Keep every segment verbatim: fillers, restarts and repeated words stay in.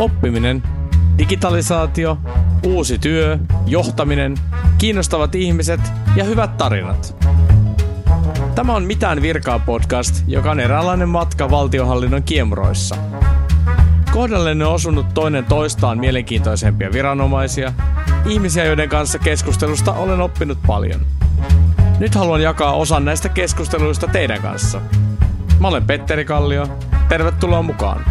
Oppiminen, digitalisaatio, uusi työ, johtaminen, kiinnostavat ihmiset ja hyvät tarinat. Tämä on Mitään virkaa podcast, joka on eräänlainen matka valtionhallinnon kiemuroissa. Kohdalleni on osunut toinen toistaan mielenkiintoisempia viranomaisia, ihmisiä, joiden kanssa keskustelusta olen oppinut paljon. Nyt haluan jakaa osan näistä keskusteluista teidän kanssa. Mä olen Petteri Kallio. Tervetuloa mukaan.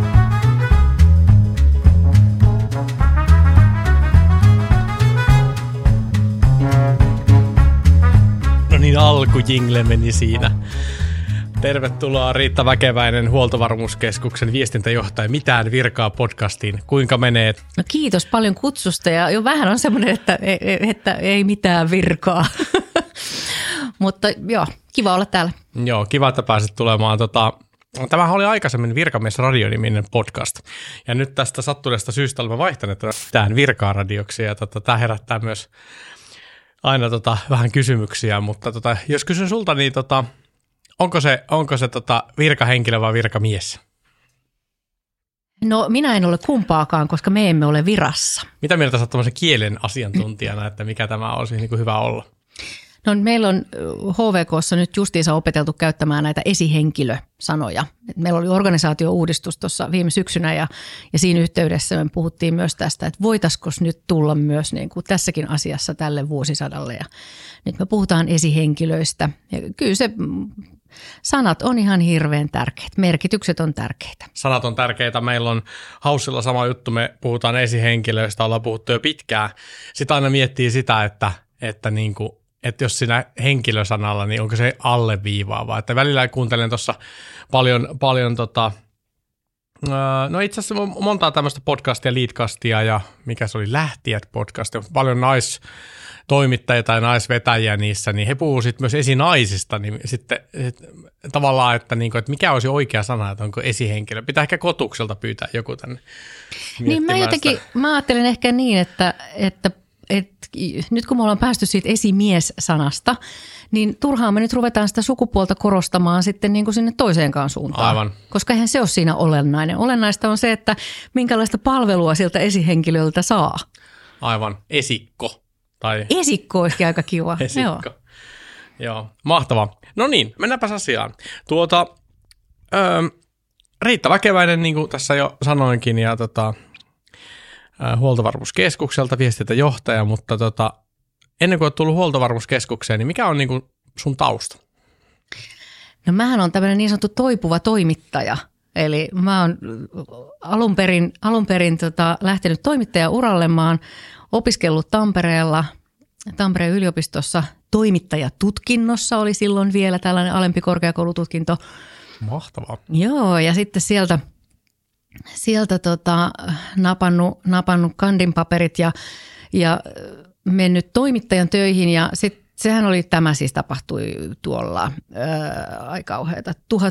No niin, alkujingle meni siinä. Tervetuloa Riitta Väkeväinen, Huoltovarmuuskeskuksen viestintäjohtaja Mitään virkaa podcastiin. Kuinka menee? No kiitos paljon kutsusta ja jo vähän on semmoinen, että, että ei mitään virkaa. Mutta joo, kiva olla täällä. Joo, kiva, että pääsit tulemaan. Tota, tämähän oli aikaisemmin Virkamies Radio-niminen podcast. Ja nyt tästä sattuneesta syystä olemme vaihtaneet tähän virkaa radioksi. Ja tota, tämä herättää myös aina tota, vähän kysymyksiä. Mutta tota, jos kysyn sulta, niin tota, onko se, onko se tota, virkahenkilö vai virkamies? No minä en ole kumpaakaan, koska me emme ole virassa. Mitä mieltä sä oot tämmöisen kielen asiantuntijana, että mikä tämä olisi niin kuin hyvä olla? No meillä on H V K:ssa nyt justiinsa opeteltu käyttämään näitä esihenkilösanoja. Meillä oli organisaatio-uudistus tuossa viime syksynä ja, ja siinä yhteydessä me puhuttiin myös tästä, että voitaisiko nyt tulla myös niin kuin tässäkin asiassa tälle vuosisadalle. Ja nyt me puhutaan esihenkilöistä ja kyllä se sanat on ihan hirveän tärkeitä, merkitykset on tärkeitä. Sanat on tärkeitä. Meillä on Haussilla sama juttu, me puhutaan esihenkilöistä, ollaan puhuttu jo pitkään. Sitten aina miettii sitä, että, että niin kuin että jos siinä henkilösanalla, niin onko se alleviivaava. Että välillä kuuntelen tuossa paljon, paljon tota, no itse asiassa montaa tämmöistä podcastia, leadcastia ja mikä se oli, Lähtijät podcastia, paljon naistoimittajia tai naisvetäjiä niissä, niin he puhuu sitten myös esinaisista, niin sitten sit, tavallaan, että, niinku, että mikä olisi oikea sana, että onko esihenkilö. Pitää ehkä Kotukselta pyytää joku tänne Niin mä jotenkin, sitä. mä ajattelen ehkä niin, että, että Et nyt kun me ollaan päästy siitä esimies-sanasta, niin turhaan me nyt ruvetaan sitä sukupuolta korostamaan sitten niin kuin sinne toiseenkaan suuntaan. Aivan. Koska eihän se ole siinä olennainen. Olennaista on se, että minkälaista palvelua siltä esihenkilöltä saa. Aivan. Esikko. Tai Esikko olisikin aika kiva. Esikko. Joo. Joo, mahtavaa. No niin, mennäänpäs asiaan. Tuota, öö, Riitta Väkeväinen, niin kuin tässä jo sanoinkin, ja tota... Huoltovarmuuskeskukselta viestintäjohtaja, mutta tota, ennen kuin olet tullut Huoltovarmuuskeskukseen, niin mikä on niin kuin sun tausta? No mähän on tämmöinen niin sanottu toipuva toimittaja. Eli mä oon alun perin, alun perin tota, lähtenyt toimittajauralle. Mä oon opiskellut Tampereella, Tampereen yliopistossa toimittajatutkinnossa oli silloin vielä tällainen alempi korkeakoulututkinto. Mahtavaa. Joo, ja sitten sieltä Sieltä tota, napannut, napannut kandinpaperit ja, ja mennyt toimittajan töihin ja sitten sehän oli, tämä siis tapahtui tuolla ää, aika kauheata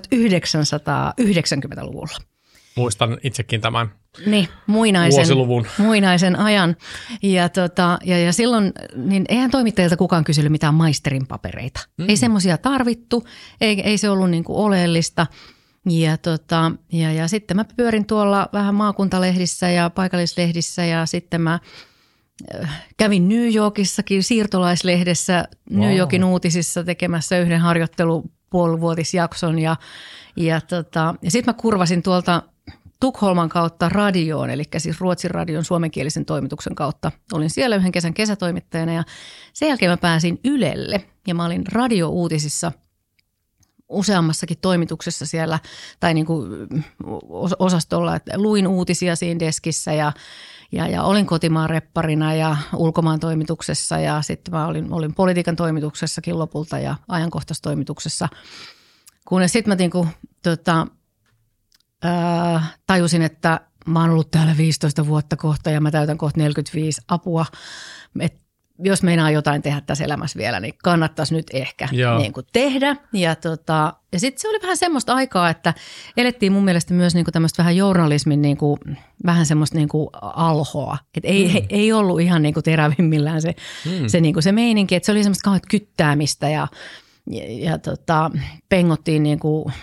tuhatyhdeksänsataayhdeksänkymmentäluvulla. Muistan itsekin tämän niin, muinaisen, vuosiluvun. muinaisen ajan ja, tota, ja, ja silloin, niin eihän toimittajilta kukaan kysynyt mitään maisterin papereita. Mm. Ei semmoisia tarvittu, ei, ei se ollut niin kuin oleellista. Ja, tota, ja, ja sitten mä pyörin tuolla vähän maakuntalehdissä ja paikallislehdissä ja sitten mä äh, kävin New Yorkissakin siirtolaislehdessä wow. New Yorkin uutisissa tekemässä yhden harjoittelupuolivuotisjakson ja, ja, tota, ja sitten mä kurvasin tuolta Tukholman kautta radioon, eli siis Ruotsin radion suomenkielisen toimituksen kautta. Olin siellä yhden kesän kesätoimittajana ja sen jälkeen mä pääsin Ylelle ja mä olin radiouutisissa useammassakin toimituksessa siellä tai niin kuin osastolla, että luin uutisia siinä deskissä ja, ja, ja olin kotimaan repparina ja ulkomaan toimituksessa ja sitten mä olin, olin politiikan toimituksessakin lopulta ja ajankohtaistoimituksessa. Kunnes sitten mä niin kuin, tota, ää, tajusin, että mä oon ollut täällä viisitoista vuotta kohta ja mä täytän kohta neljäkymmentäviisi apua, että jos meinaa jotain tehdä tässä elämässä vielä, niin kannattaisi nyt ehkä niin kuin tehdä. Ja, tota, ja sitten se oli vähän semmoista aikaa, että elettiin mun mielestä myös niin kuin tämmöistä vähän journalismin niin kuin, vähän semmoista niin kuin alhoa. Että ei, mm. ei ollut ihan niin kuin terävimmillään se, mm. se, niin kuin se meininki, että se oli semmoista kauheat kyttäämistä ja ja, ja tota, pengottiin niin kuin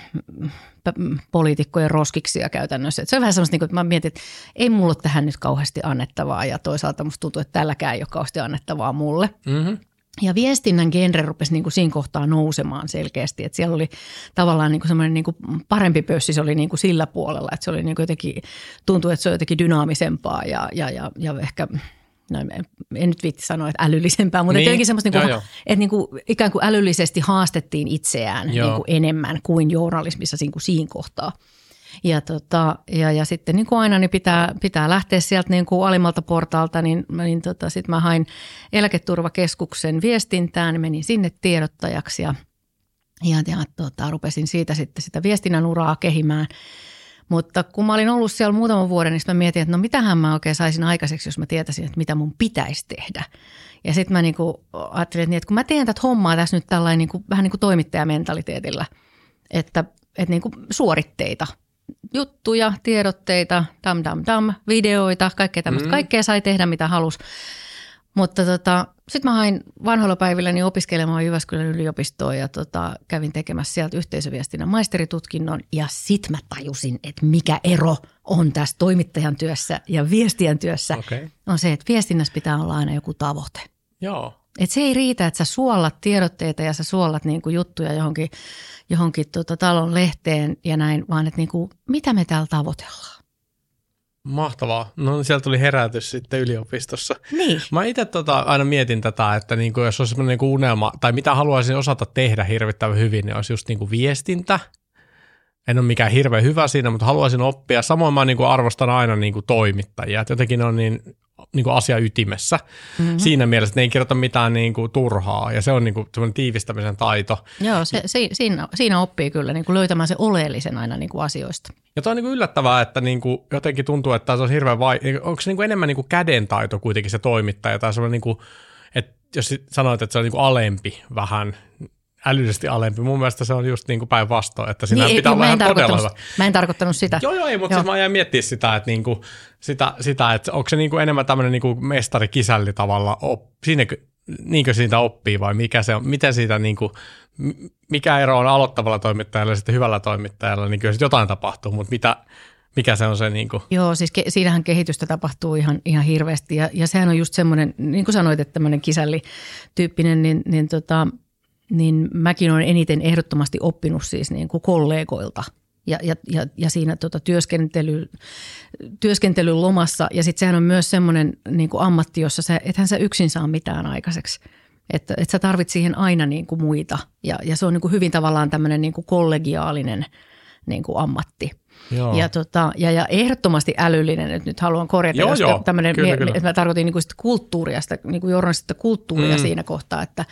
poliitikkojen roskiksi ja käytännössä. Et se on vähän semmoista, niin kuin, että mä mietin, että ei mulla ole tähän nyt kauheasti annettavaa ja toisaalta musta tuntuu, että tälläkään ei ole kauheasti annettavaa mulle. Mm-hmm. Ja viestinnän genre rupesi niin kuin siinä kohtaa nousemaan selkeästi, että siellä oli tavallaan niin kuin semmoinen niin kuin parempi pössi, se oli niin kuin sillä puolella, että se oli niin kuin jotenkin, tuntui, että se on jotenkin dynaamisempaa ja, ja, ja, ja ehkä, no en nyt viitti sanoa, että älyllisempää, mutta niin. jotenkin semmoista, niin kuin, että niin kuin ikään kuin älyllisesti haastettiin itseään niin kuin enemmän kuin journalismissa niin kuin siinä kohtaa. Ja, tota, ja, ja sitten niin kuin aina niin pitää, pitää lähteä sieltä niin kuin alimmalta portaalta, niin, niin tota, sitten mä hain Eläketurvakeskuksen viestintään, niin menin sinne tiedottajaksi ja, ja, ja tota, rupesin siitä sitten sitä viestinnän uraa kehimään. Mutta kun mä olin ollut siellä muutaman vuoden, niin mä mietin, että no mitähän mä oikein saisin aikaiseksi, jos mä tietäisin, että mitä mun pitäisi tehdä. Ja sitten mä niin kuin ajattelin, että, niin, että kun mä teen tätä hommaa tässä nyt tällainen niin kuin, vähän niin kuin toimittajamentaliteetillä, että, että niin kuin suoritteita. Juttuja, tiedotteita, dam dam dam, videoita, kaikkea tämmöistä. Mm. Kaikkea sai tehdä, mitä halusi. Mutta tota, sitten mä hain vanhoilla päivilläni opiskelemaan Jyväskylän yliopistoon ja tota, kävin tekemässä sieltä yhteisöviestinnän maisteritutkinnon. Ja sitten mä tajusin, että mikä ero on tässä toimittajan työssä ja viestijän työssä. Okay. On se, että viestinnässä pitää olla aina joku tavoite. Joo. Et se ei riitä, että sä suollat tiedotteita ja sä suollat niinku juttuja johonkin, johonkin tota talon lehteen ja näin, vaan että niinku, mitä me täällä tavoitellaan. Mahtavaa. No sieltä tuli herätys sitten yliopistossa. Niin. Mä itse tota, aina mietin tätä, että niinku, jos olisi sellainen niinku unelma, tai mitä haluaisin osata tehdä hirvittävän hyvin, niin olisi just niinku viestintä. En ole mikään hirveän hyvä siinä, mutta haluaisin oppia. Samoin mä niinku arvostan aina niinku toimittajia, että jotenkin ne on niin, niinku asia ytimessä mm-hmm. siinä mielessä, että ne ei kirjoita mitään niinku turhaa ja se on niinku semmoinen tiivistämisen taito. Joo, se, se, siinä, siinä oppii kyllä niinku löytämään se oleellisen aina niinku asioista. Ja toi on niinku yllättävää, että niinku jotenkin tuntuu, että se on hirveän vai... Onko se niinku enemmän niinku kädentaito kuitenkin se toimittaja tai semmoinen, niinku, että jos sanoit, että se on niinku alempi vähän, älyllisesti alempi. Mun mielestä se on just niin kuin päinvastoin, että siinä niin, pitää olla ihan todella hyvä. Mä en tarkoittanut sitä. Joo, joo, ei, mutta joo. Siis mä jäin miettimään sitä, että, niin kuin, sitä, sitä, että onko se niin kuin enemmän tämmöinen niin kuin mestari-kisälli tavalla, op, siinäkö, niinkö siitä oppii vai mikä se on, miten siitä niin kuin, mikä ero on aloittavalla toimittajalla ja sitten hyvällä toimittajalla, niin kyllä jotain tapahtuu, mutta mitä, mikä se on se niin kuin? Joo, siis ke, siinähän kehitystä tapahtuu ihan, ihan hirveästi ja, ja sehän on just semmoinen, niin kuin sanoit, että tämmöinen kisälli-tyyppinen, niin, niin tota, niin mäkin olen eniten ehdottomasti oppinut siis niin kuin kollegoilta ja, ja, ja, ja siinä tota työskentely, työskentelyn lomassa. Ja sitten sehän on myös semmoinen niin kuin ammatti, jossa sä, ethän sä yksin saa mitään aikaiseksi. Että et sä tarvit siihen aina niin kuin muita ja, ja se on niin kuin hyvin tavallaan tämmöinen niin kuin kollegiaalinen niin kuin ammatti. Ja, tota, ja, ja ehdottomasti älyllinen, että nyt haluan korjata, joo, jos joo, tämmöinen, kyllä, me, kyllä. että mä tarkoitin niin kuin sitä kulttuuria, sitä niin kuin journalistista kulttuuria mm. siinä kohtaa, että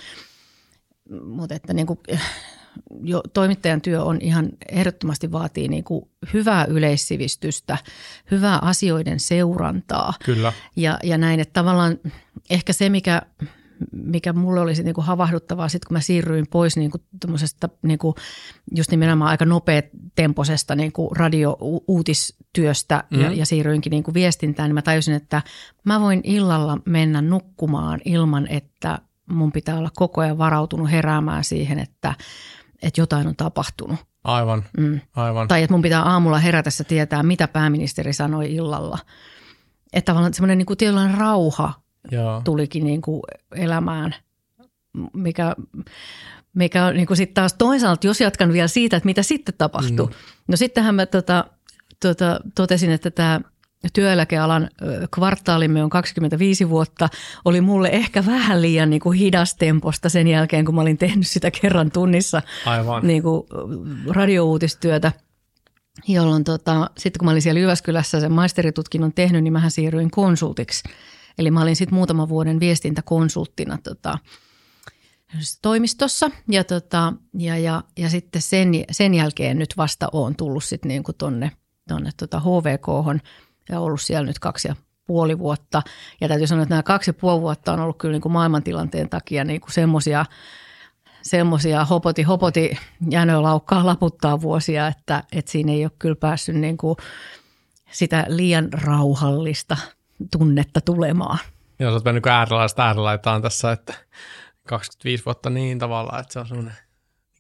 mutta että niin kuin, jo, toimittajan työ on ihan ehdottomasti vaatii niin kuin hyvää yleissivistystä, hyvää asioiden seurantaa. Kyllä. Ja, ja näin, että tavallaan ehkä se, mikä, mikä mulle olisi niin kuin havahduttavaa sitten, kun mä siirryin pois niin kuin tommosesta niin kuin just nimenomaan aika nopeatempoisesta niin kuin radio-uutistyöstä mm. ja, ja siirryinkin niin kuin viestintään, niin mä tajusin, että mä voin illalla mennä nukkumaan ilman, että mun pitää olla koko ajan varautunut heräämään siihen, että, että jotain on tapahtunut. Aivan, mm. aivan. Tai että mun pitää aamulla herätessä tietää, mitä pääministeri sanoi illalla. Että tavallaan semmoinen niin kuin tietynlainen rauha Joo. tulikin niin kuin elämään, mikä, mikä on niin kuin sitten taas toisaalta, jos jatkan vielä siitä, että mitä sitten tapahtuu. Mm. No sittenhän mä tota, tota, totesin, että tämä työeläkealan kvartaalimme on kaksikymmentäviisi vuotta, oli mulle ehkä vähän liian niin kuin hidastemposta sen jälkeen, kun mä olin tehnyt sitä kerran tunnissa niin kuin radiouutistyötä, jolloin tota, sitten kun mä olin siellä Jyväskylässä sen maisteritutkinnon tehnyt, niin mähän siirryin konsultiksi. Eli mä olin sitten muutaman vuoden viestintäkonsulttina tota, toimistossa ja, tota, ja, ja, ja sitten sen, sen jälkeen nyt vasta oon tullut sitten niin kuin tonne, tonne tota H V K:hon. Ja ollut siellä nyt kaksi ja puoli vuotta. Ja täytyy sanoa, että nämä kaksi ja puoli vuotta on ollut kyllä niin kuin maailmantilanteen takia niin kuin semmoisia, semmoisia hopoti, hopoti jänölaukkaa laputtaa vuosia, että, että siinä ei ole kyllä päässyt niin kuin sitä liian rauhallista tunnetta tulemaan. Joo, sä oot mennyt äärelaista äärelaitaan tässä, että kaksikymmentäviisi vuotta niin tavallaan, että se on semmoinen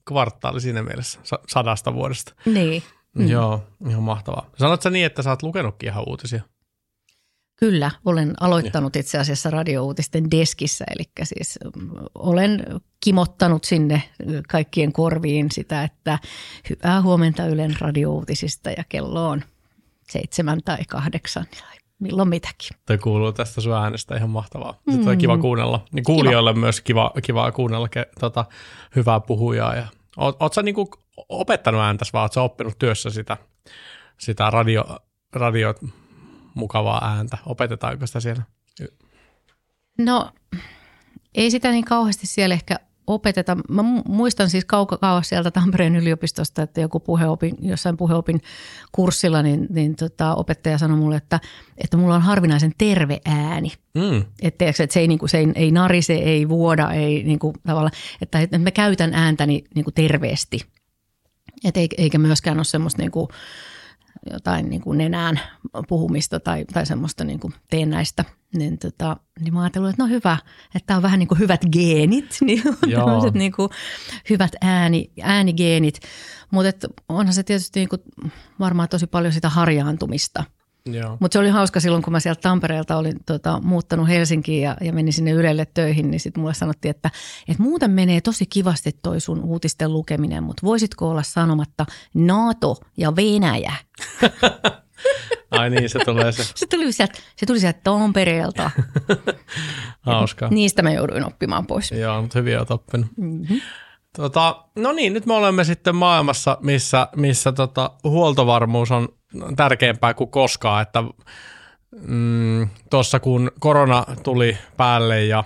kvartaali siinä mielessä sadasta vuodesta. Niin. Mm. Joo, ihan mahtavaa. Sanotko sä niin, että sä oot lukenutkin ihan uutisia? Kyllä, olen aloittanut itse asiassa radiouutisten deskissä, eli siis olen kimottanut sinne kaikkien korviin sitä, että hyvää huomenta Ylen radiouutisista ja kello on seitsemän tai kahdeksan tai milloin mitäkin. Toi kuuluu tästä sun äänestä ihan mahtavaa. Sitten on kiva kuunnella. Niin kuulijoille kiva. Myös kiva, kivaa kuunnella tota, hyvää puhujaa. Ja, oot, oot sä niinku opettanut ääntäsi vai oot sä oppinut työssä sitä, sitä radio, radio mukavaa ääntä? Opetetaanko sitä siellä? No ei sitä niin kauheasti siellä ehkä opeteta. Mä muistan siis kauas sieltä Tampereen yliopistosta, että joku puheopin, jossain puheopin kurssilla, niin, niin tota, opettaja sanoi mulle, että, että mulla on harvinaisen terve ääni. Mm. Että, että se, ei, niin kuin, se ei, ei narise, ei vuoda, ei niin kuin, tavallaan, että, että mä käytän ääntäni niin kuin terveesti. Et eikä myöskään ole semmoista niin kuin, jotain niin kuin nenään puhumista tai, tai semmoista niin kuin teennäistä. Niin, tota, niin mä ajattelin, että no hyvä, että tämä on vähän niin kuin hyvät geenit, niin tämmöiset niin kuin hyvät ääni, äänigeenit. Mutta onhan se tietysti niin kuin varmaan tosi paljon sitä harjaantumista. Mutta se oli hauska silloin, kun mä sieltä Tampereelta olin tota, muuttanut Helsinkiin ja, ja menin sinne Ylelle töihin, niin sitten mulle sanottiin, että, että muuten menee tosi kivasti toi sun uutisten lukeminen, mutta voisitko olla sanomatta NATO ja Venäjä? Ai niin, se tulee se. Se tuli sieltä, se tuli sieltä Tampereelta. Hauskaa. Niistä mä jouduin oppimaan pois. Joo, mutta hyvin olet oppinut. Mm-hmm. Tota, no niin, nyt me olemme sitten maailmassa, missä, missä tota, huoltovarmuus on tärkeämpää kuin koskaan. Että mm, tuossa kun korona tuli päälle ja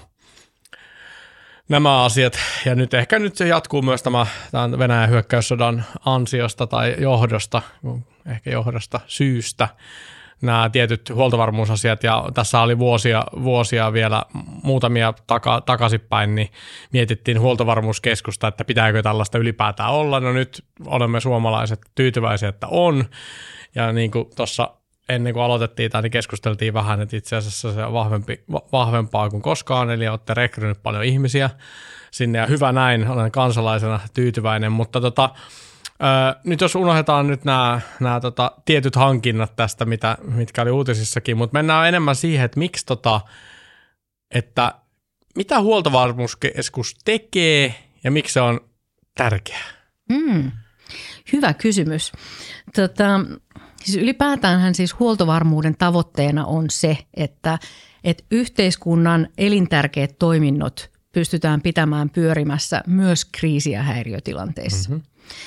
nämä asiat, ja nyt ehkä nyt se jatkuu myös tämä, tämän Venäjän hyökkäyssodan ansiosta tai johdosta, ehkä johdosta syystä, nämä tietyt huoltovarmuusasiat, ja tässä oli vuosia, vuosia vielä muutamia taka, takaisinpäin, niin mietittiin huoltovarmuuskeskusta, että pitääkö tällaista ylipäätään olla. No nyt olemme suomalaiset tyytyväisiä, että on, ja niin kuin tuossa ennen kuin aloitettiin tämä, niin keskusteltiin vähän, että itse asiassa se on vahvempi, vahvempaa kuin koskaan, eli olette rekrynyt paljon ihmisiä sinne, ja hyvä näin, olen kansalaisena tyytyväinen, mutta tota, Öö, nyt jos unohdetaan nyt nämä, nämä tota, tietyt hankinnat tästä, mitä, mitkä oli uutisissakin, mutta mennään enemmän siihen, että miksi tota, että mitä huoltovarmuuskeskus tekee ja miksi se on tärkeää? Mm, hyvä kysymys. Tota, siis ylipäätäänhän siis huoltovarmuuden tavoitteena on se, että, että yhteiskunnan elintärkeät toiminnot pystytään pitämään pyörimässä myös kriisi- ja häiriötilanteissa. Mm-hmm.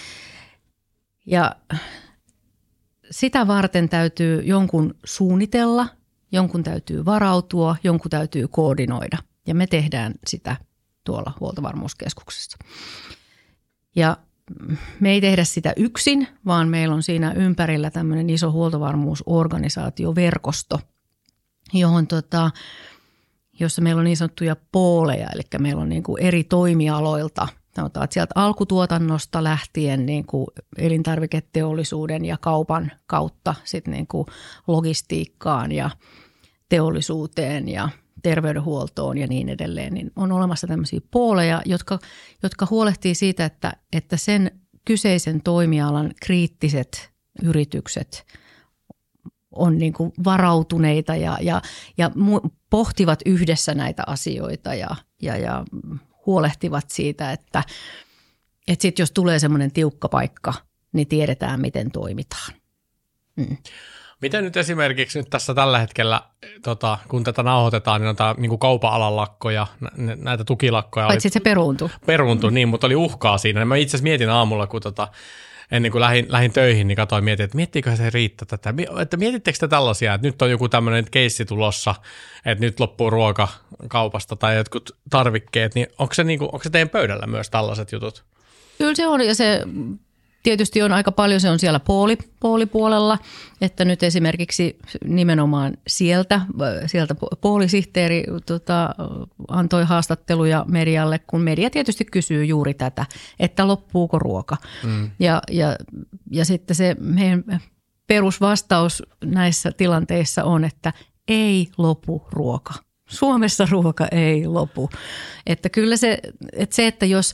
Ja sitä varten täytyy jonkun suunnitella, jonkun täytyy varautua, jonkun täytyy koordinoida. Ja me tehdään sitä tuolla huoltovarmuuskeskuksessa. Ja me ei tehdä sitä yksin, vaan meillä on siinä ympärillä tämmöinen iso huoltovarmuusorganisaatioverkosto, johon tota, jossa meillä on niin sanottuja pooleja, eli meillä on niin kuin eri toimialoilta. Sanotaan, sieltä alkutuotannosta lähtien niin kuin elintarviketeollisuuden ja kaupan kautta sit niin kuin logistiikkaan ja teollisuuteen ja terveydenhuoltoon ja niin edelleen, niin on olemassa tämmöisiä pooleja, jotka, jotka huolehtii siitä, että, että sen kyseisen toimialan kriittiset yritykset on niin kuin varautuneita ja, ja, ja pohtivat yhdessä näitä asioita ja, ja, ja huolehtivat siitä, että, että sit jos tulee semmoinen tiukka paikka, niin tiedetään, miten toimitaan. Mm. Miten nyt esimerkiksi nyt tässä tällä hetkellä, tota, kun tätä nauhoitetaan, niin on tämä niin kuin kaupan alan lakkoja, näitä tukilakkoja. Paitsi se peruuntui. Peruuntui, niin, mutta oli uhkaa siinä. Mä itse asiassa mietin aamulla, kun tota, ennen kuin lähdin, lähdin töihin, niin katsoin mietin, että miettiikö se riittää tätä. Että mietittekö te tällaisia, että nyt on joku tämmöinen keissi tulossa, että nyt loppuu ruoka kaupasta tai jotkut tarvikkeet, niin onko se, niin kuin, onko se teidän pöydällä myös tällaiset jutut? Kyllä se on, ja se tietysti on aika paljon, se on siellä puoli, puolipuolella, että nyt esimerkiksi nimenomaan sieltä, sieltä puolisihteeri tota, antoi haastatteluja medialle, kun media tietysti kysyy juuri tätä, että loppuuko ruoka. Mm. Ja, ja, ja sitten se meidän perusvastaus näissä tilanteissa on, että ei lopu ruoka. Suomessa ruoka ei lopu. Että kyllä se, että se, että jos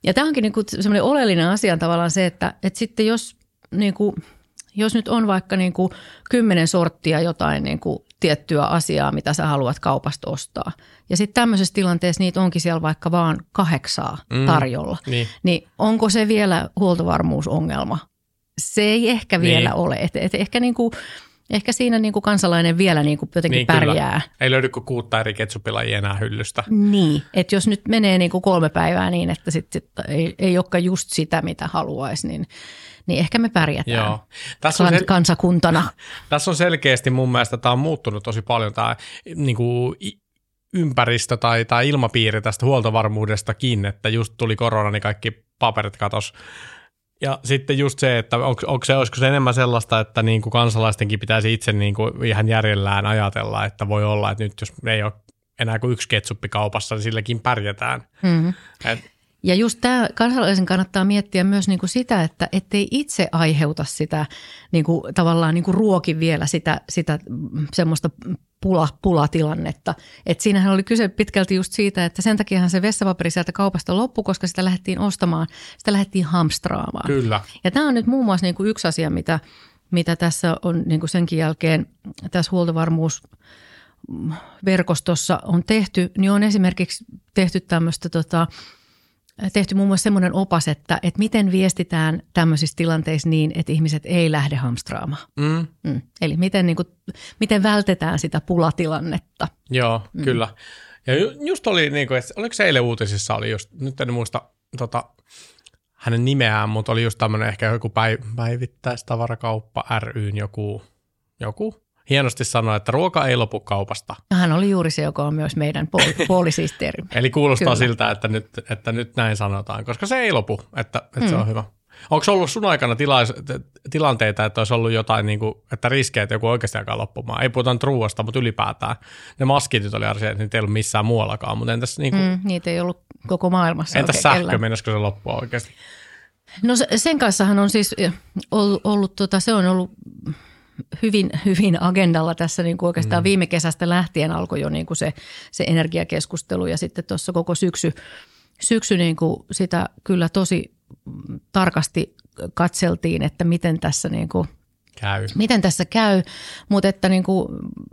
Ja tämä onkin niinku semmoinen oleellinen asia tavallaan se, että, että sitten jos, niinku, jos nyt on vaikka niinku kymmenen sorttia jotain niinku tiettyä asiaa, mitä sä haluat kaupasta ostaa. Ja sitten tämmöisessä tilanteessa niitä onkin siellä vaikka vaan kahdeksaa tarjolla. Mm, niin. niin onko se vielä huoltovarmuusongelma? Se ei ehkä vielä niin. ole. Et, et ehkä, niinku, ehkä siinä niinku kansalainen vielä niinku jotenkin niin, pärjää. Kyllä. Ei löydy kuin kuutta eri ketsupilajia enää hyllystä. Niin, että jos nyt menee niinku kolme päivää niin, että sit, sit ei, ei olekaan just sitä, mitä haluaisi, niin, niin ehkä me pärjätään. Joo. Tässä on sel- kansakuntana. Tässä on selkeästi mun mielestä, tämä on muuttunut tosi paljon tämä niinku ympäristö tai, tai ilmapiiri tästä huoltovarmuudestakin, että just tuli korona, niin kaikki paperit katos. Ja sitten just se, että onko, onko se, olisiko se enemmän sellaista, että niin kuin kansalaistenkin pitäisi itse niin kuin ihan järjellään ajatella, että voi olla, että nyt jos ei ole enää kuin yksi ketsuppi kaupassa, niin silläkin pärjätään. Mm-hmm. Et, ja just tämä kansalaisen kannattaa miettiä myös niinku sitä, että ettei itse aiheuta sitä niinku, tavallaan niinku ruoki vielä sitä, sitä semmoista pula, pulatilannetta. Et siinähän oli kyse pitkälti just siitä, että sen takiahan se vessapaperi sieltä kaupasta loppui, koska sitä lähdettiin ostamaan, sitä lähdettiin hamstraamaan. Kyllä. Ja tämä on nyt muun muassa niinku yksi asia, mitä, mitä tässä on niinku senkin jälkeen tässä huoltovarmuusverkostossa on tehty, niin on esimerkiksi tehty tämmöistä tota, tehty muun muassa semmoinen opas, että, että miten viestitään tämmöisissä tilanteissa niin, että ihmiset ei lähde hamstraamaan. Mm. Mm. Eli miten, niin kuin, miten vältetään sitä pulatilannetta. Joo, mm. kyllä. Ja just oli, niin kuin, että oliko se eilen uutisissa, oli just, nyt en muista tota, hänen nimeään, mutta oli just tämmöinen ehkä joku päivittäistavarakauppa ry:n joku, joku. Hienosti sanoi, että ruoka ei lopu kaupasta. Hän oli juuri se, joka on myös meidän puolisistermi. Eli kuulostaa Kyllä. siltä, että nyt, että nyt näin sanotaan, koska se ei lopu, että, että mm. se on hyvä. Onko ollut sun aikana tilais, tilanteita, että olisi ollut jotain, niin kuin, että riskejä, että joku oikeasti alkaa loppumaan? Ei puhuta ruuasta, mutta ylipäätään. Ne maskit oli asia, että niitä ei ollut missään muuallakaan. Mutta entäs, niin kuin, mm, niitä ei ollut koko maailmassa. Entäs sähkö, mennäisikö se loppua oikeasti? No sen kanssahan on siis ollut, ollut tota, se on ollut hyvin, hyvin agendalla tässä niin kuin oikeastaan mm. viime kesästä lähtien alkoi jo niin kuin se, se energiakeskustelu ja sitten tuossa koko syksy, syksy niin kuin sitä kyllä tosi tarkasti katseltiin, että miten tässä, niin kuin, käy. Miten tässä käy, mutta että niin kuin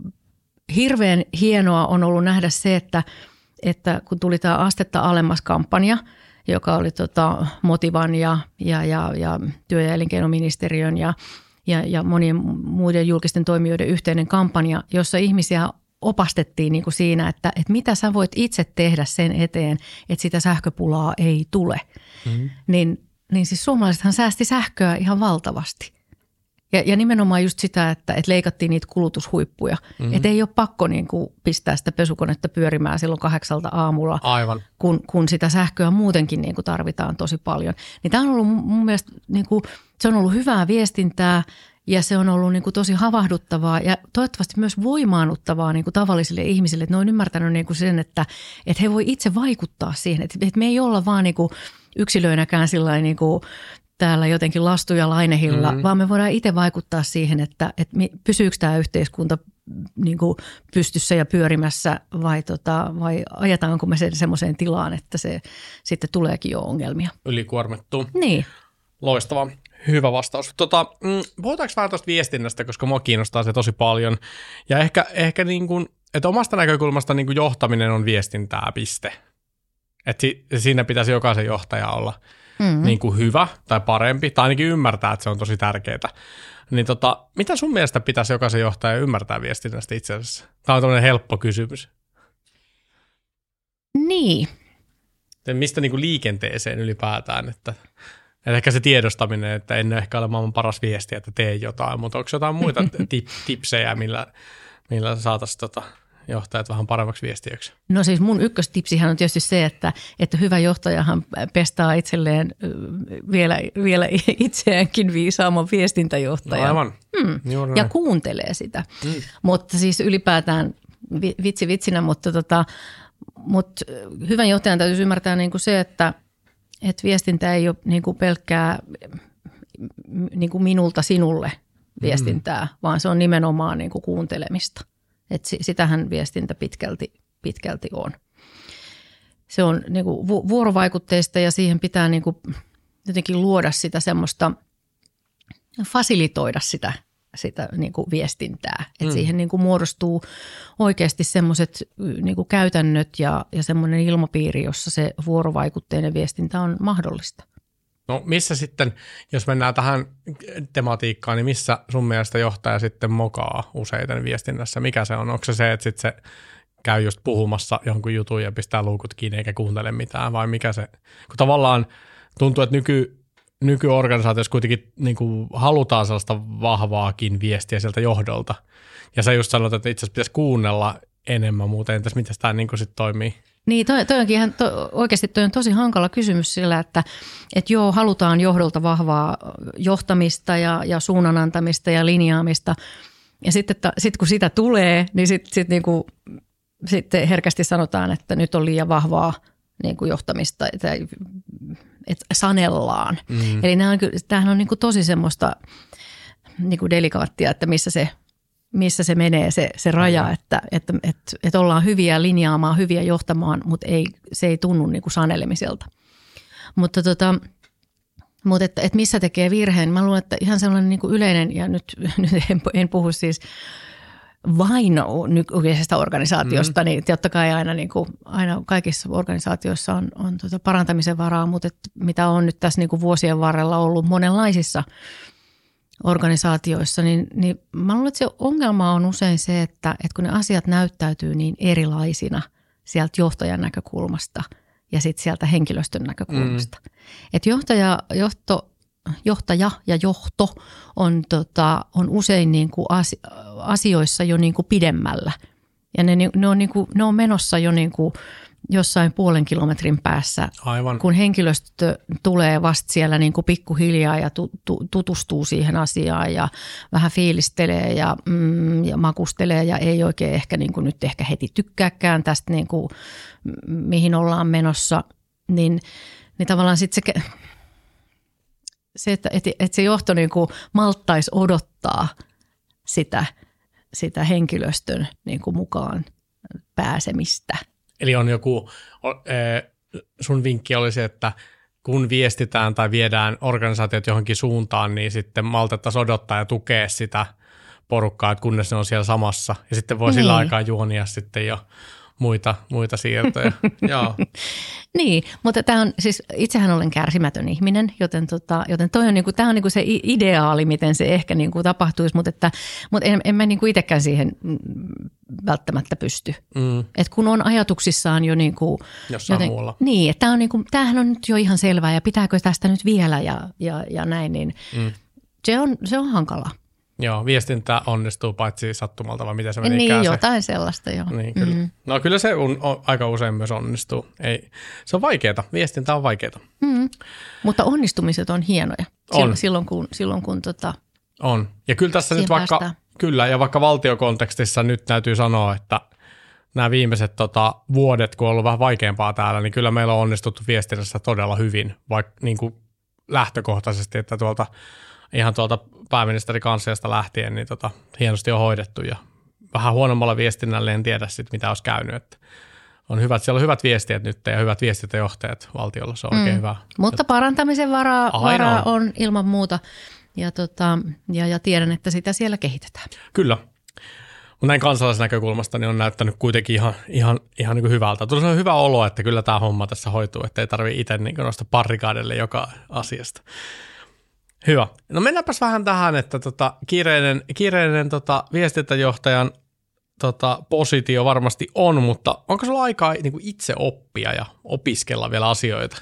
hirveän hienoa on ollut nähdä se, että, että kun tuli tämä Astetta alemmas -kampanja, joka oli tota Motivan ja, ja, ja, ja työ- ja elinkeinoministeriön ja Ja, ja monien muiden julkisten toimijoiden yhteinen kampanja, jossa ihmisiä opastettiin niin kuin siinä, että, että mitä sä voit itse tehdä sen eteen, että sitä sähköpulaa ei tule. Mm-hmm. Niin, niin siis suomalaisethan säästi sähköä ihan valtavasti. Ja, ja nimenomaan just sitä, että, että leikattiin niitä kulutushuippuja. Mm-hmm. Että ei ole pakko niin kuin pistää sitä pesukonetta pyörimään silloin kahdeksalta aamulla, Aivan. Kun, kun sitä sähköä muutenkin niin kuin tarvitaan tosi paljon. Niin tämä on ollut mun mielestä, niin kuin, se on ollut hyvää viestintää ja se on ollut niin kuin tosi havahduttavaa ja toivottavasti myös voimaannuttavaa niin kuin tavallisille ihmisille. Että ne on ymmärtänyt niin kuin sen, että, että he voi itse vaikuttaa siihen. Että, että me ei olla vaan niin kuin yksilöinäkään sillain niin kuin täällä jotenkin lastu- ja lainehilla, mm-hmm. vaan me voidaan itse vaikuttaa siihen, että, että pysyykö tämä yhteiskunta niin kuin pystyssä ja pyörimässä vai, tota, vai ajetaanko me sen semmoiseen tilaan, että se sitten tuleekin jo ongelmia. Ylikuormittuu. Niin. Loistava. Hyvä vastaus. Tota, puhutaanko vähän tuosta viestinnästä, koska mua kiinnostaa se tosi paljon. Ja ehkä, ehkä niin kuin, että omasta näkökulmasta niin kuin johtaminen on viestintää, piste. Että si, siinä pitäisi jokaisen johtaja olla mm-hmm. niin kuin hyvä tai parempi, tai ainakin ymmärtää, että se on tosi tärkeää. Niin tota, mitä sun mielestä pitäisi jokaisen johtaja ymmärtää viestinnästä itse asiassa? Tämä on tämmöinen helppo kysymys. Niin. Mistä niin kuin liikenteeseen ylipäätään, että, että ehkä se tiedostaminen, että en ehkä ole maailman paras viesti, että tee jotain, mutta onko jotain muita tip, tipsejä, millä, millä saataisiin tota johtajat vähän paremmaksi viestiöksi? No siis mun ykköstipsihän on tietysti se, että, että hyvä johtajahan pestaa itselleen vielä, vielä itseäänkin viisaamman viestintäjohtajan. No aivan. Hmm. Ja kuuntelee sitä. Hmm. Mutta siis ylipäätään vitsi vitsinä, mutta, tota, mutta hyvän johtajan täytyy ymmärtää niin kuin se, että, että viestintä ei ole niin kuin pelkkää niin kuin minulta sinulle viestintää, hmm. vaan se on nimenomaan niin kuin kuuntelemista. Että sitähän viestintä pitkälti, pitkälti on. se on niin kuin vuorovaikutteista ja siihen pitää niin kuin jotenkin luoda sitä semmoista, fasilitoida sitä, sitä niin kuin viestintää. Että mm. siihen niin kuin muodostuu oikeasti semmoiset niin kuin käytännöt ja, ja semmoinen ilmapiiri, jossa se vuorovaikutteinen viestintä on mahdollista. No missä sitten, jos mennään tähän tematiikkaan, niin missä sun mielestä johtaja sitten mokaa useiten viestinnässä? Mikä se on? Onko se se, että sitten se käy just puhumassa jonkun jutun ja pistää luukut kiinni eikä kuuntele mitään, vai mikä se? Kun tavallaan tuntuu, että nyky, nykyorganisaatiossa kuitenkin niin kuin halutaan sellaista vahvaakin viestiä sieltä johdolta. Ja sä just sanot, että itse asiassa pitäisi kuunnella enemmän muuten. Entäs miten tämä niin sitten toimii? Niin, toi, toi onkin ihan, to, oikeasti toi on tosi hankala kysymys sillä, että et joo, halutaan johdolta vahvaa johtamista ja, ja suunnanantamista ja linjaamista. Ja sitten sit kun sitä tulee, niin sitten sit niinku, sitten herkästi sanotaan, että nyt on liian vahvaa niinku johtamista, että, että sanellaan. Mm. Eli on, tämähän on niinku tosi semmoista niinku delikaattia, että missä se missä se menee se, se raja, että, että, että, että ollaan hyviä linjaamaan, hyviä johtamaan, mutta ei, se ei tunnu niin kuin sanelemiselta. Mutta, tota, mutta että, että missä tekee virheen, mä luulen, että ihan sellainen niin kuin yleinen, ja nyt, nyt en, en puhu siis vain nykyisestä organisaatiosta, mm. niin totta kai aina, niin kuin, aina kaikissa organisaatioissa on, on tota parantamisen varaa, mutta että mitä on nyt tässä niin kuin vuosien varrella ollut monenlaisissa organisaatioissa, niin, niin mä luulen, että se ongelma on usein se, että, että kun ne asiat näyttäytyy niin erilaisina sieltä johtajan näkökulmasta ja sitten sieltä henkilöstön näkökulmasta. Mm. Että johtaja, johto, johtaja ja johto on, tota, on usein niin kuin asioissa jo niin kuin pidemmällä. Ja ne, ne, on niin kuin, ne on menossa jo niin kuin jossain puolen kilometrin päässä, aivan, kun henkilöstö tulee vasta siellä niin kuin pikkuhiljaa ja tutustuu siihen asiaan ja vähän fiilistelee ja, mm, ja makustelee ja ei oikein ehkä niin kuin nyt ehkä heti tykkääkään tästä, niin kuin, mihin ollaan menossa, niin, niin tavallaan sitten se, se, että, että, että se johto niin kuin malttaisi odottaa sitä, sitä henkilöstön niin kuin mukaan pääsemistä. Eli on joku, sun vinkki oli se, että kun viestitään tai viedään organisaatiot johonkin suuntaan, niin sitten maltettaisiin odottaa ja tukea sitä porukkaa, että kunnes ne on siellä samassa. Ja sitten voi niin sillä aikaa juonia sitten jo muita, muita siirtoja. Joo. Niin, mutta tämä on siis, itsehän olen kärsimätön ihminen, joten, tota, joten toi on niinku, tämä on niinku se ideaali, miten se ehkä niinku tapahtuisi, mutta, että, mutta en, en mä niinku itsekään siihen välttämättä pysty. Mm. Et kun on ajatuksissaan jo niinku, jossain joten, muualla. Niin, että tämä on niinku, tämähän on nyt jo ihan selvää ja pitääkö tästä nyt vielä ja, ja, ja näin, niin mm. se, on, se on hankalaa. Joo, viestintä onnistuu paitsi sattumalta, vai miten se meni? Niin, jotain sellaista, joo. Niin, kyllä. Mm. No kyllä se on, on, aika usein myös onnistuu. Ei, se on vaikeaa, viestintä on vaikeaa. Mm. Mutta onnistumiset on hienoja on. silloin, kun, silloin kun tota, on. Ja kyllä tässä nyt vaikka, päästään. Kyllä, ja vaikka valtiokontekstissa nyt täytyy sanoa, että nämä viimeiset tota, vuodet, kun on ollut vähän vaikeampaa täällä, niin kyllä meillä on onnistuttu viestinnässä todella hyvin, vaikka niin kuin lähtökohtaisesti, että tuolta ihan tuolta pääministerikansliasta lähtien niin tota, hienosti on hoidettu ja vähän huonommalla viestinnällä en tiedä sit, mitä olisi käynyt. Että on hyvät, siellä on hyvät viestijät nyt ja hyvät viestintäjohtajat valtiolla, se on oikein mm. hyvä. Mutta parantamisen varaa, varaa on. on ilman muuta ja, tota, ja, ja tiedän, että sitä siellä kehitetään. Kyllä. Mutta näin kansalaisnäkökulmasta niin on näyttänyt kuitenkin ihan, ihan, ihan niin kuin hyvältä. Tuli on hyvä olo, että kyllä tämä homma tässä hoituu, että ei tarvitse itse niin nostaa barrikaadelle joka asiasta. Hyvä. No mennäänpäs vähän tähän, että tota, kiireinen, kiireinen tota, viestintäjohtajan tota, positio varmasti on, mutta onko sulla aikaa niin kuin itse oppia ja opiskella vielä asioita?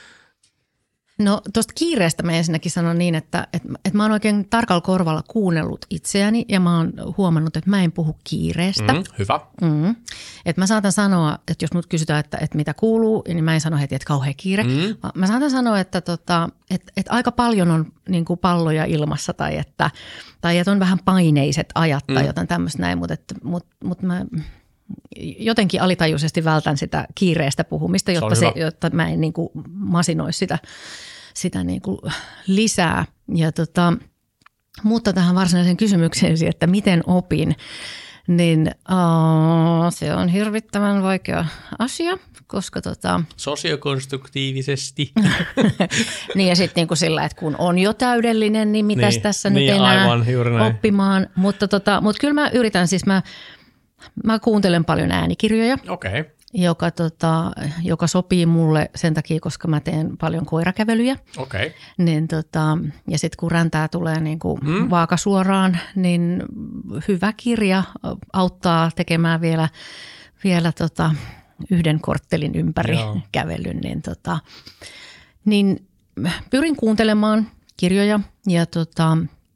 No tuosta kiireestä mä ensinnäkin sanon niin, että, että, että mä oon oikein tarkalla korvalla kuunnellut itseäni ja mä oon huomannut, että mä en puhu kiireestä. Mm, hyvä. Mm. Että mä saatan sanoa, että jos mut kysytään, että, että mitä kuuluu, niin mä en sano heti, että kauhean kiire. Mm. Mä saatan sanoa, että, tota, että, että aika paljon on niin kuin palloja ilmassa tai että, tai että on vähän paineiset ajat tai mm. jotain tämmöistä näin, mutta, että, mutta, mutta mä jotenkin alitajuisesti vältän sitä kiireestä puhumista, jotta, se, jotta mä en niin kuin masinoisi sitä, sitä niin kuin lisää. Ja tota, mutta tähän varsinaiseen kysymykseen, että miten opin, niin uh, se on hirvittävän vaikea asia, koska tota... Sosiokonstruktiivisesti. niin ja sitten niinku sillä, että kun on jo täydellinen, niin mitäs niin, tässä niin, nyt enää aivan, oppimaan. Mutta tota, mut kyllä mä yritän, siis mä, mä kuuntelen paljon äänikirjoja. Okei. Okay. Joka, tota, joka sopii mulle sen takia, koska mä teen paljon koirakävelyjä. Okay. Niin, tota, ja sitten kun räntää tulee niin kuin hmm. vaakasuoraan, niin hyvä kirja auttaa tekemään vielä, vielä tota, yhden korttelin ympäri Joo. kävelyn. Niin, tota, niin pyrin kuuntelemaan kirjoja ja, tota,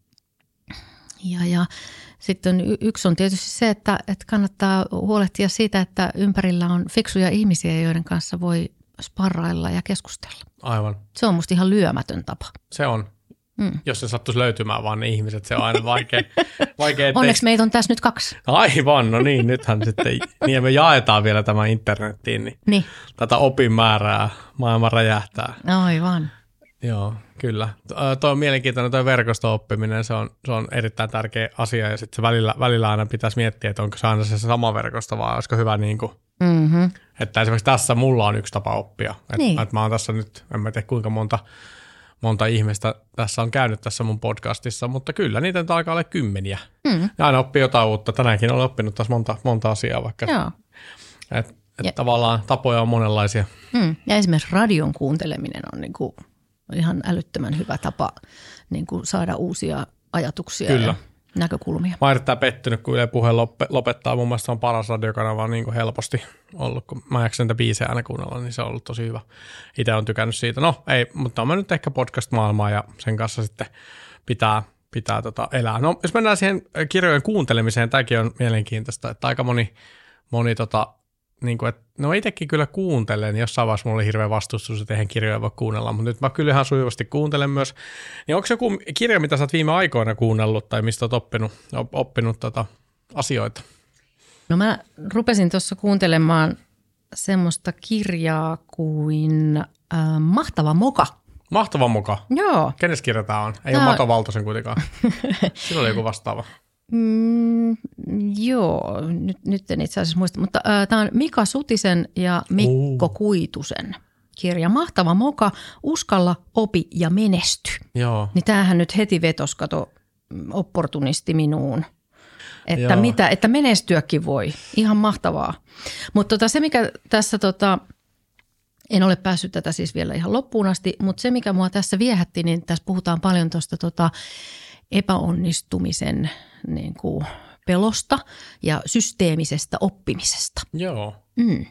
ja, ja sitten yksi on tietysti se, että, että kannattaa huolehtia siitä, että ympärillä on fiksuja ihmisiä, joiden kanssa voi sparrailla ja keskustella. Aivan. Se on musta ihan lyömätön tapa. Se on. Mm. Jos se sattuisi löytymään vaan ne ihmiset, se on aina vaikea. vaikea Onneksi meitä on tässä nyt kaksi. Aivan, no niin, nythän sitten, niin me jaetaan vielä tämä internettiin, niin, niin. tätä opin määrää maailma räjähtää. Aivan. Joo, kyllä. Tuo on mielenkiintoinen tuo verkosto-oppiminen, se on, se on erittäin tärkeä asia ja sitten se välillä, välillä aina pitäisi miettiä, että onko se aina se sama verkosto vai olisiko hyvä niin kuin, mm-hmm. että esimerkiksi tässä mulla on yksi tapa oppia. Että niin. et mä oon tässä nyt, en mä tiedä kuinka monta, monta ihmistä tässä on käynyt tässä mun podcastissa, mutta kyllä niitä nyt alkaa olla kymmeniä. Mm. Ja aina oppii jotain uutta. Tänäänkin olen oppinut taas monta, monta asiaa vaikka. Joo. Että et tavallaan tapoja on monenlaisia. Mm. Ja esimerkiksi radion kuunteleminen on niin kuin ihan älyttömän hyvä tapa niin kuin saada uusia ajatuksia Kyllä. ja näkökulmia. Mä oon erittäin pettynyt, kun Yle Puhe lopettaa. Mun mielestä se on paras radiokanava niin kuin helposti ollut. Kun mä jaksan niitä biisejä aina kuunnella, niin se on ollut tosi hyvä. Itse on tykännyt siitä. No ei, mutta on mä nyt ehkä podcast-maailmaa ja sen kanssa sitten pitää, pitää tota elää. No jos mennään siihen kirjojen kuuntelemiseen, tämäkin on mielenkiintoista, että aika moni, moni tota, niin kuin, että no itsekin kyllä kuuntelen, jossain vaiheessa mulla oli hirveä vastustus, että eihän kirjoja voi kuunnella, mutta nyt mä kyllä ihan sujuvasti kuuntelen myös. Niin onko joku kirja, mitä sä oot viime aikoina kuunnellut tai mistä oot oppinut, oppinut tota asioita? No mä rupesin tuossa kuuntelemaan semmoista kirjaa kuin äh, Mahtava moka. Mahtava moka? Joo. Kenes kirja tää on? Ei tää... ole Mato Valtosen kuitenkaan. Sillä oli joku vastaava. Mm, joo, nyt, nyt en itse asiassa muista, mutta äh, tämä on Mika Sutisen ja Mikko uh. Kuitusen kirja. Mahtava moka, uskalla, opi ja menesty. Joo. Niin tämähän nyt heti vetosi, kato, opportunisti minuun, että, mitä, että menestyäkin voi. Ihan mahtavaa. Mutta tota, se, mikä tässä, tota, en ole päässyt tätä siis vielä ihan loppuun asti, mutta se, mikä mua tässä viehätti, niin tässä puhutaan paljon tuosta tota, epäonnistumisen niin kuin pelosta ja systeemisestä oppimisesta. Joo. Mm.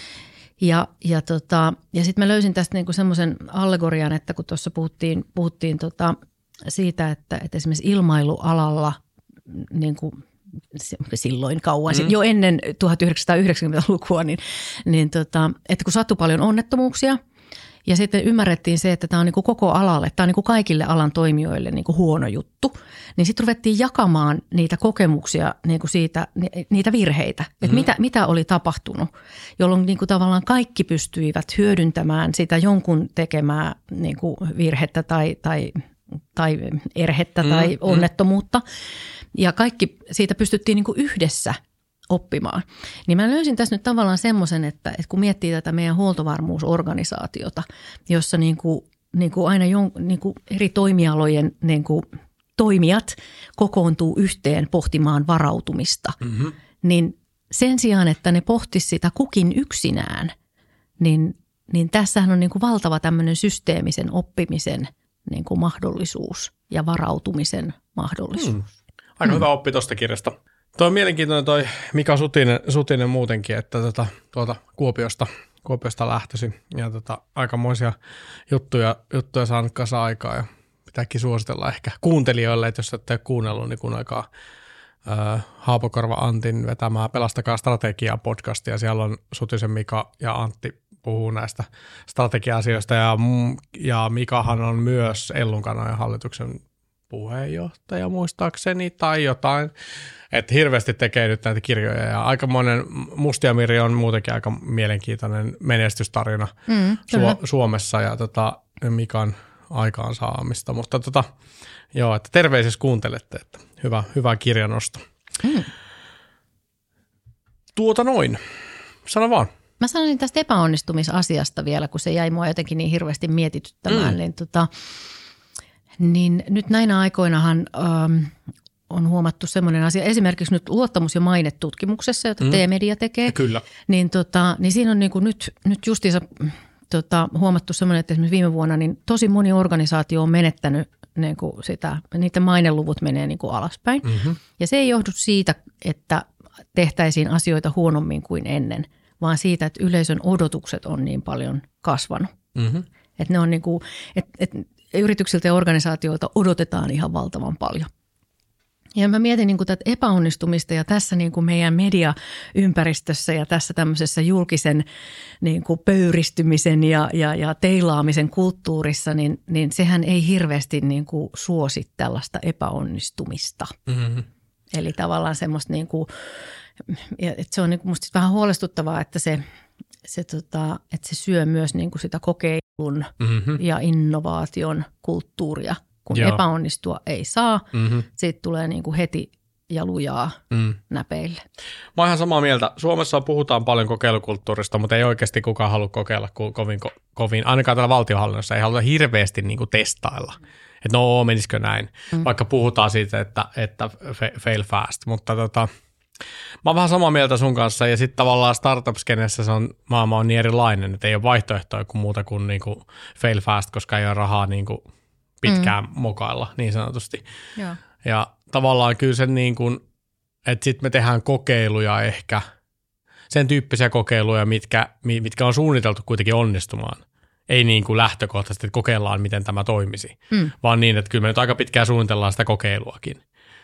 Ja, ja, tota, ja sitten mä löysin tästä niinku semmoisen allegorian, että kun tuossa puhuttiin, puhuttiin tota siitä, että, että esimerkiksi ilmailualalla niinku silloin kauan, mm. jo ennen tuhatyhdeksänsataayhdeksänkymmentälukua, niin, niin tota, että kun sattui paljon onnettomuuksia, ja sitten ymmärrettiin se, että tämä on niin kuin koko alalle, tämä on niin kuin kaikille alan toimijoille niin kuin huono juttu. Niin sitten ruvettiin jakamaan niitä kokemuksia, niin kuin siitä, niitä virheitä, että mm-hmm. mitä, mitä oli tapahtunut, jolloin niin kuin tavallaan kaikki pystyivät hyödyntämään sitä jonkun tekemää niin kuin virhettä tai, tai, tai erhettä mm-hmm. tai onnettomuutta. Ja kaikki siitä pystyttiin niin kuin yhdessä oppimaan. Niin mä löysin tässä nyt tavallaan semmoisen, että, että kun miettii tätä meidän huoltovarmuusorganisaatiota, jossa niin kuin, niin kuin aina jon, niin kuin eri toimialojen niin kuin toimijat kokoontuu yhteen pohtimaan varautumista, mm-hmm. niin sen sijaan, että ne pohtisivat sitä kukin yksinään, niin, niin tässähän on niin kuin valtava tämmöinen systeemisen oppimisen niin kuin mahdollisuus ja varautumisen mahdollisuus. Mm. Aika mm. hyvä oppi tuosta kirjasta. Tuo on mielenkiintoinen toi Mika Sutinen, Sutinen muutenkin, että tuota, tuota Kuopiosta, Kuopiosta lähtöisin ja tota, aikamoisia juttuja, juttuja saanut kanssa aikaa ja pitääkin suositella ehkä kuuntelijoille, että jos ette ole kuunnellut, niin kuunnelkaa äh, Haapokorva Antin vetämää Pelastakaa strategiaa podcastia. Siellä on Sutisen Mika ja Antti puhuu näistä strategia-asioista ja, ja Mikahan on myös Ellunkanojen hallituksen puheenjohtaja muistaakseni tai jotain, että hirveästi tekee nyt näitä kirjoja ja aikamoinen, Mustia Miri on muutenkin aika mielenkiintoinen menestystarina mm, Su- Suomessa ja tota, Mikan aikaansaamista, mutta tota, joo, että terveisissä kuuntelette, että hyvä, hyvä kirjanosto. Mm. Tuota noin. Sano vaan. Mä sanoisin tästä epäonnistumisasiasta vielä, kun se jäi mua jotenkin niin hirveästi mietityttämään. Mm. Niin, tota, niin nyt näinä aikoinahan ähm, on huomattu semmoinen asia, esimerkiksi nyt luottamus- ja mainetutkimuksessa, jota mm. T-media tekee. Kyllä. Niin, tota, niin siinä on niin kuin nyt, nyt justiinsa tota, huomattu semmoinen, että esimerkiksi viime vuonna niin tosi moni organisaatio on menettänyt niin kuin sitä, niiden maineluvut menee niin kuin alaspäin. Mm-hmm. Ja se ei johdu siitä, että tehtäisiin asioita huonommin kuin ennen, vaan siitä, että yleisön odotukset on niin paljon kasvanut. Mm-hmm. Että ne on niin kuin, että, että yrityksiltä ja organisaatioilta odotetaan ihan valtavan paljon. Ja mä mietin niin kuin tätä epäonnistumista ja tässä niin kuin meidän mediaympäristössä ja tässä tämmöisessä julkisen niin kuin pöyristymisen ja, ja, ja teilaamisen kulttuurissa, niin, niin sehän ei hirveästi niin kuin suosi tällaista epäonnistumista. Mm-hmm. Eli tavallaan semmoista, niin kuin, että se on niin kuin musta vähän huolestuttavaa, että se, se, tota, että se syö myös niin kuin sitä kokeilun mm-hmm. ja innovaation kulttuuria. Kun Joo. epäonnistua ei saa, mm-hmm. siitä tulee niin kuin heti ja lujaa mm. näpeille. Mä oon ihan samaa mieltä. Suomessa puhutaan paljon kokeilukulttuurista, mutta ei oikeasti kukaan halua kokeilla kovin, kovin. Ainakaan täällä valtionhallinnossa ei haluta hirveästi niin kuin testailla. Että no, menisikö näin? Mm. Vaikka puhutaan siitä, että, että fail fast. Mutta tota, mä oon vähän samaa mieltä sun kanssa. Ja sitten tavallaan startup-skenessä se on, maailma on niin erilainen, että ei ole vaihtoehtoja kuin muuta kuin, niin kuin fail fast, koska ei ole rahaa niin kuin pitkään mm. mokailla niin sanotusti. Joo. Ja tavallaan kyllä sen niin kuin, että sitten me tehdään kokeiluja ehkä, sen tyyppisiä kokeiluja, mitkä, mitkä on suunniteltu kuitenkin onnistumaan. Ei niin kuin lähtökohtaisesti, että kokeillaan, miten tämä toimisi, mm. vaan niin, että kyllä me nyt aika pitkään suunnitellaan sitä kokeiluakin.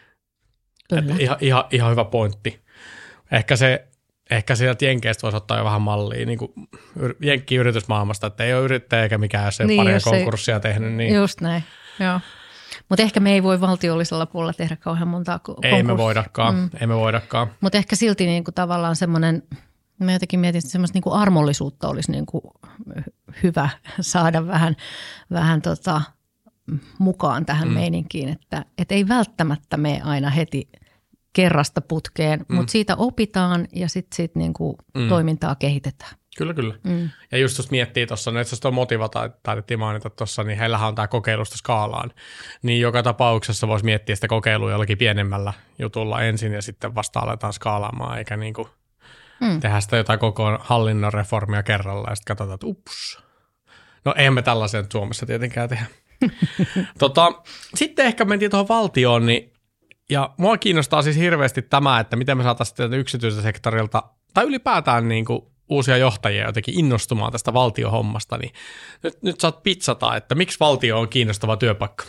Ihan, ihan, ihan hyvä pointti. Ehkä se, ehkä sieltä Jenkeistä voisi ottaa jo vähän mallia, niin kuin Jenkki-yritysmaailmasta, että ei ole yrittäjä eikä mikään, jos ei niin, paria konkurssia ei, tehnyt. Niin. Just näin, joo. Mutta ehkä me ei voi valtiollisella puolella tehdä kauhean montaa konkurssia. Ei me voidakaan, mm. ei me voidakaan. Mutta ehkä silti niinku tavallaan semmoinen, mä jotenkin mietin, että semmoista niinku armollisuutta olisi niinku hyvä saada vähän, vähän tota mukaan tähän mm. meininkiin, että et ei välttämättä mene aina heti kerrasta putkeen, mm. mutta siitä opitaan ja sitten sit niinku mm. toimintaa kehitetään. Kyllä, kyllä. Mm. Ja just jos miettii tuossa, no itse asiassa tuo Motiva taidettiin mainita tuossa, niin heillähän on tämä kokeilusta skaalaan. Niin joka tapauksessa voisi miettiä sitä kokeilua jollakin pienemmällä jutulla ensin ja sitten vasta aletaan skaalaamaan, eikä niin kuin mm. tehdä sitä jotain koko hallinnon reformia kerralla ja sitten katsotaan, että ups. No eihän me tällaisen Suomessa tietenkään tehdä. tota, sitten ehkä mentiin tuohon valtioon, niin, ja mua kiinnostaa siis hirveästi tämä, että miten me saataisiin yksityiseltä sektorilta, tai ylipäätään niin kuin uusia johtajia jotenkin innostumaan tästä valtiohommasta, niin nyt, nyt saat pitsata, että miksi valtio on kiinnostava työpaikka?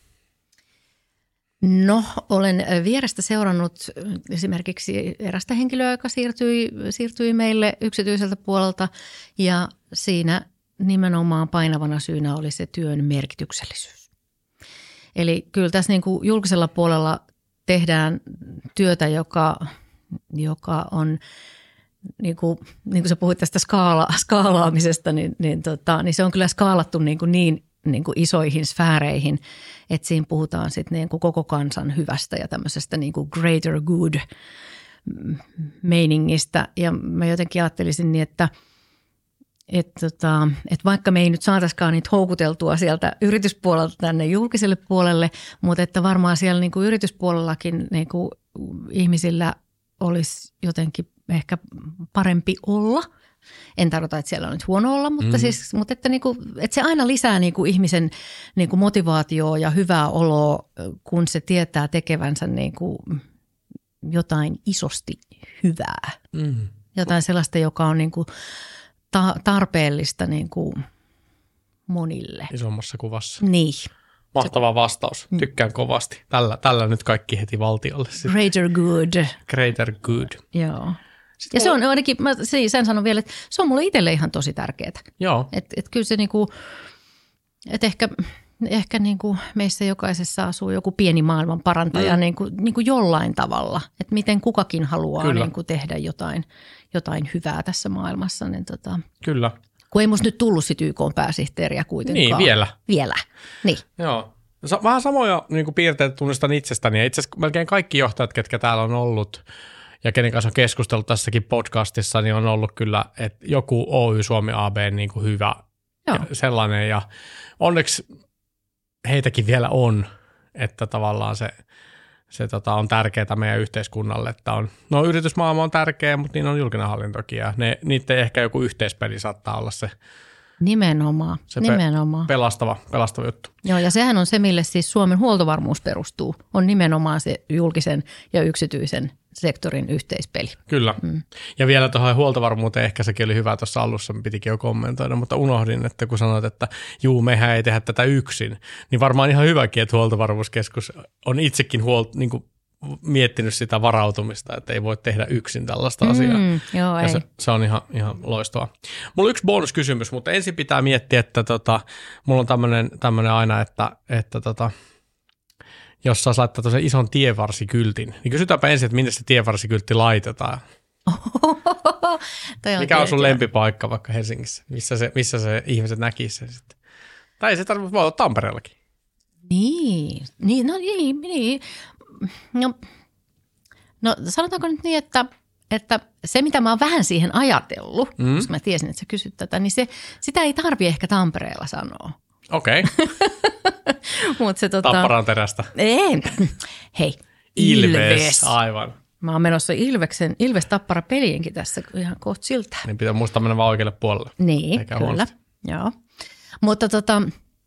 No, olen vierestä seurannut esimerkiksi erästä henkilöä, joka siirtyi, siirtyi meille yksityiseltä puolelta, ja siinä nimenomaan painavana syynä oli se työn merkityksellisyys. Eli kyllä tässä niin kuin julkisella puolella tehdään työtä, joka, joka on niin kuin, niin kuin sä puhuit tästä skaala, skaalaamisesta, niin, niin, tota, niin se on kyllä skaalattu niin, kuin niin, niin kuin isoihin sfääreihin, että siinä puhutaan sitten niin kuin koko kansan hyvästä ja tämmöisestä niin kuin greater good meiningistä. Ja mä jotenkin ajattelisin niin, että että tota, et vaikka me ei nyt saataisikaan niitä houkuteltua sieltä yrityspuolelta tänne julkiselle puolelle, mutta että varmaan siellä niin kuin yrityspuolellakin niin kuin ihmisillä olisi jotenkin ehkä parempi olla. En tarkoita, että siellä on nyt huono olla, mutta, mm. siis, mutta että, niin kuin, että se aina lisää niin kuin ihmisen niin kuin motivaatioa ja hyvää oloa, kun se tietää tekevänsä niin kuin jotain isosti hyvää. Mm. Jotain sellaista, joka on niin kuin ta- tarpeellista niin kuin monille. Isommassa kuvassa. Niin. Mahtava vastaus. Tykkään kovasti. Tällä, tällä nyt kaikki heti valtiolle. Greater good. Greater good. Joo. Sitten ja se on ainakin, mä sen sanon vielä, että se on mulle itselle ihan tosi tärkeää. Joo. Että et kyllä se niinku, että ehkä, ehkä niinku meissä jokaisessa asuu joku pieni maailman parantaja mm. niinku, niinku jollain tavalla. Että miten kukakin haluaa niinku tehdä jotain, jotain hyvää tässä maailmassa. Niin tota, kyllä. Kun ei musta nyt tullut sit Y K:n pääsihteeriä kuitenkaan. Niin, vielä. Vielä, niin. Joo. Vähän samoja niin kuin piirteitä tunnistan itsestäni. Ja itse asiassa melkein kaikki johtajat, ketkä täällä on ollut, ja kenen kanssa on keskustellut tässäkin podcastissa, niin on ollut kyllä, että joku Oy Suomi A B niin kuin hyvä ja sellainen. Ja onneksi heitäkin vielä on, että tavallaan se, se tota, on tärkeää meidän yhteiskunnalle. Että on, no yritysmaailma on tärkeä, mutta niin on julkinen hallintokin ja ne, niiden ehkä joku yhteispeli saattaa olla se. Nimenomaan, se nimenomaan. Pe- pelastava, pelastava juttu. Joo, ja sehän on se, mille siis Suomen huoltovarmuus perustuu, on nimenomaan se julkisen ja yksityisen sektorin yhteispeli. Kyllä. Mm. Ja vielä tuohon huoltovarmuuteen, ehkä sekin oli hyvä tuossa alussa, pitikin jo kommentoida, mutta unohdin, että kun sanoit, että juu, mehän ei tehdä tätä yksin, niin varmaan ihan hyväkin, että huoltovarmuuskeskus on itsekin huolt, niin kuin miettinyt sitä varautumista, että ei voi tehdä yksin tällaista mm, asiaa. Joo, ei. Se, se on ihan, ihan loistavaa. Mulla on yksi bonuskysymys, mutta ensin pitää miettiä, että tota, mulla on tämmöinen, tämmöinen aina, että, että tota, jos saisi laittaa tuollaisen ison tienvarsikyltin, niin kysytäänpä ensin, että minne se tienvarsikyltti laitetaan. on Mikä on sun lempipaikka vaikka Helsingissä, missä se, missä se ihmiset näkisi sen sitten? Tai ei se tarvitse, voi olla Tampereellakin. Niin, niin, no niin, niin. No, no sanotaanko nyt niin, että, että se mitä mä oon vähän siihen ajatellut, mm. koska mä tiesin, että sä kysyt tätä, niin se, sitä ei tarvi ehkä Tampereella sanoa. Okei. Okay. se, tota, Tapparan terästä. Ei, hei, Ilves. Ilves. Aivan. Mä oon menossa Ilveksen, Ilves-Tappara-pelienkin tässä ihan kohta siltä. Niin pitää muistaa mennä vaan oikealle puolelle. Niin, Eikä kyllä. Huolesta. Joo. Mutta tota...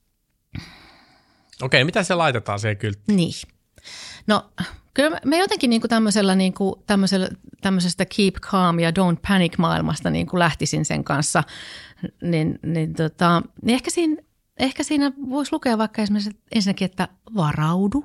Okei, mitä se laitetaan siihen kylttiin? Niin. No kyllä me jotenkin niin kuin tämmöisellä, niin kuin, tämmöisellä, tämmöisestä keep calm ja don't panic maailmasta niin kuin lähtisin sen kanssa, niin, niin, tota, niin ehkä, siinä, ehkä siinä voisi lukea vaikka esimerkiksi ensinnäkin, että varaudu.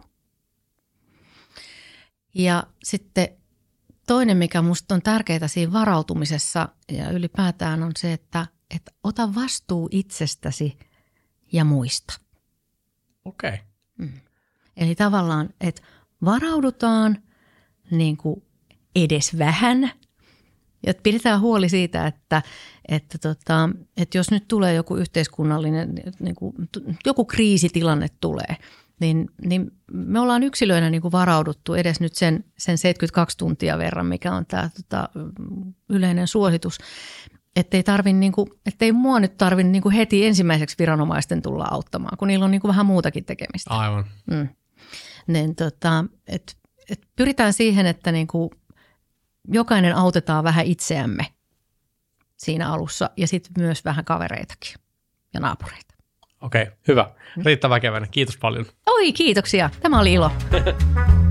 Ja sitten toinen, mikä musta on tärkeää siinä varautumisessa ja ylipäätään on se, että, että ota vastuu itsestäsi ja muista. Okei. Okay. Mm. Eli tavallaan, että varaudutaan niin kuin edes vähän ja pidetään huoli siitä, että, että, tota, että jos nyt tulee joku yhteiskunnallinen, niin kuin, joku kriisitilanne tulee, niin, niin me ollaan yksilöinä niin kuin varauduttu edes nyt sen, sen seitsemänkymmentäkaksi tuntia verran, mikä on tämä tota, yleinen suositus. Ettei, tarvi, niin kuin, ettei mua nyt tarvitse niin kuin heti ensimmäiseksi viranomaisten tulla auttamaan, kun niillä on niin kuin vähän muutakin tekemistä. Aivan. Mm. Niin, tota, et, et pyritään siihen, että niin kuin jokainen autetaan vähän itseämme siinä alussa ja sitten myös vähän kavereitakin ja naapureita. Okei, hyvä. Riittävän keväinen. Kiitos paljon. Oi, kiitoksia. Tämä oli ilo.